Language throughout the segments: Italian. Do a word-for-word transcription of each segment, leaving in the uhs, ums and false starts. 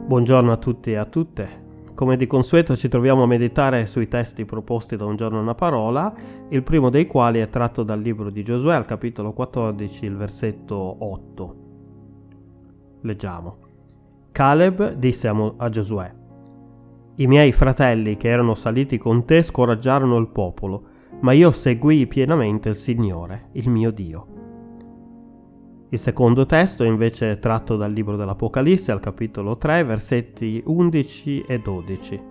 Buongiorno a tutti e a tutte. Come di consueto ci troviamo a meditare sui testi proposti da Un giorno una parola, il primo dei quali è tratto dal libro di Giosuè, al capitolo quattordici, il versetto otto. Leggiamo. Caleb disse a, Mo- a Giosuè: I miei fratelli che erano saliti con te scoraggiarono il popolo, ma io seguii pienamente il Signore, il mio Dio. Il secondo testo è invece tratto dal libro dell'Apocalisse, al capitolo tre, versetti undici e dodici.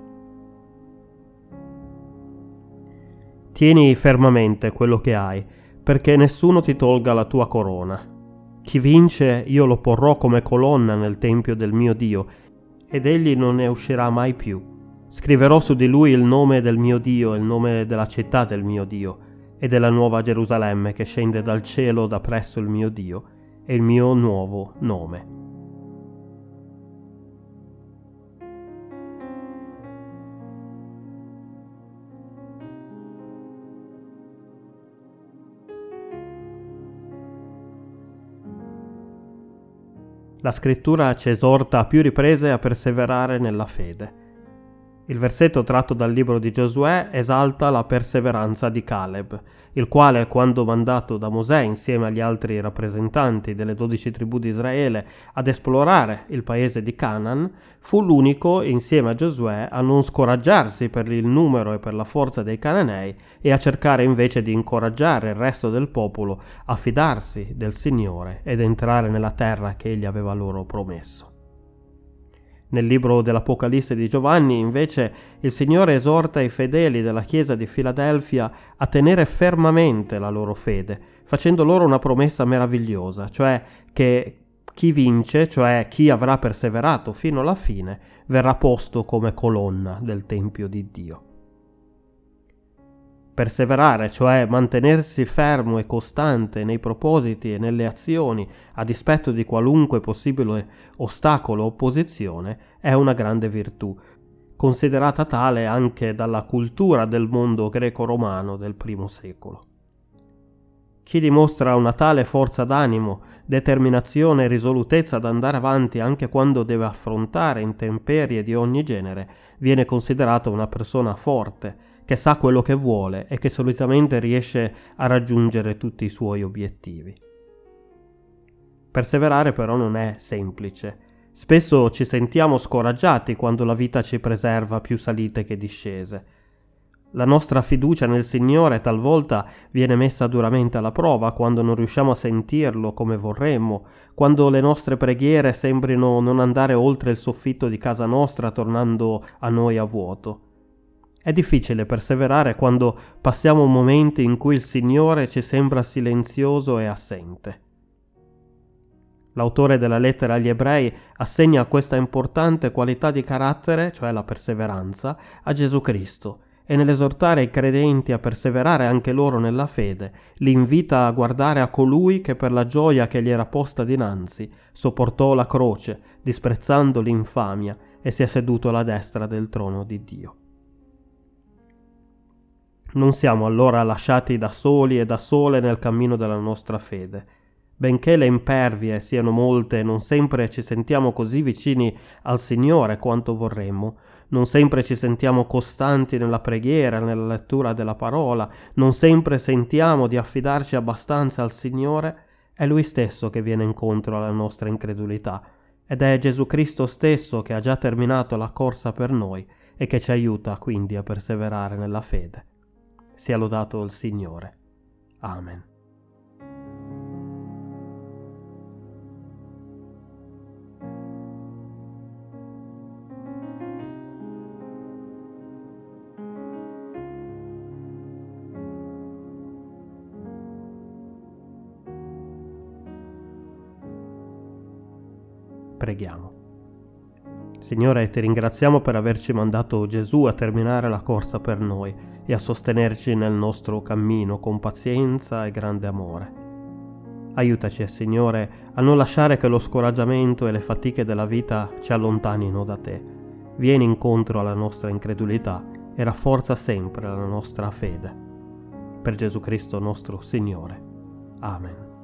Tieni fermamente quello che hai, perché nessuno ti tolga la tua corona. Chi vince io lo porrò come colonna nel tempio del mio Dio, ed egli non ne uscirà mai più. Scriverò su di lui il nome del mio Dio, il nome della città del mio Dio, e della nuova Gerusalemme che scende dal cielo da presso il mio Dio, e il mio nuovo nome. La scrittura ci esorta a più riprese a perseverare nella fede. Il versetto tratto dal libro di Giosuè esalta la perseveranza di Caleb, il quale, quando mandato da Mosè insieme agli altri rappresentanti delle dodici tribù di Israele ad esplorare il paese di Canaan, fu l'unico, insieme a Giosuè, a non scoraggiarsi per il numero e per la forza dei Cananei e a cercare invece di incoraggiare il resto del popolo a fidarsi del Signore ed entrare nella terra che egli aveva loro promesso. Nel libro dell'Apocalisse di Giovanni, invece, il Signore esorta i fedeli della chiesa di Filadelfia a tenere fermamente la loro fede, facendo loro una promessa meravigliosa, cioè che chi vince, cioè chi avrà perseverato fino alla fine, verrà posto come colonna del Tempio di Dio. Perseverare, cioè mantenersi fermo e costante nei propositi e nelle azioni a dispetto di qualunque possibile ostacolo o opposizione, è una grande virtù, considerata tale anche dalla cultura del mondo greco-romano del primo secolo. Chi dimostra una tale forza d'animo, determinazione e risolutezza ad andare avanti anche quando deve affrontare intemperie di ogni genere, viene considerato una persona forte, che sa quello che vuole e che solitamente riesce a raggiungere tutti i suoi obiettivi. Perseverare però non è semplice. Spesso ci sentiamo scoraggiati quando la vita ci preserva più salite che discese. La nostra fiducia nel Signore talvolta viene messa duramente alla prova quando non riusciamo a sentirlo come vorremmo, quando le nostre preghiere sembrino non andare oltre il soffitto di casa nostra tornando a noi a vuoto. È difficile perseverare quando passiamo momenti in cui il Signore ci sembra silenzioso e assente. L'autore della lettera agli Ebrei assegna questa importante qualità di carattere, cioè la perseveranza, a Gesù Cristo e nell'esortare i credenti a perseverare anche loro nella fede, li invita a guardare a colui che per la gioia che gli era posta dinanzi sopportò la croce, disprezzando l'infamia, e si è seduto alla destra del trono di Dio. Non siamo allora lasciati da soli e da sole nel cammino della nostra fede. Benché le impervie siano molte e non sempre ci sentiamo così vicini al Signore quanto vorremmo, non sempre ci sentiamo costanti nella preghiera, nella lettura della parola, non sempre sentiamo di affidarci abbastanza al Signore, è Lui stesso che viene incontro alla nostra incredulità, ed è Gesù Cristo stesso che ha già terminato la corsa per noi e che ci aiuta quindi a perseverare nella fede. Sia lodato il Signore. Amen. Preghiamo. Signore, ti ringraziamo per averci mandato Gesù a terminare la corsa per noi e a sostenerci nel nostro cammino con pazienza e grande amore. Aiutaci, Signore, a non lasciare che lo scoraggiamento e le fatiche della vita ci allontanino da te. Vieni incontro alla nostra incredulità e rafforza sempre la nostra fede. Per Gesù Cristo nostro Signore. Amen.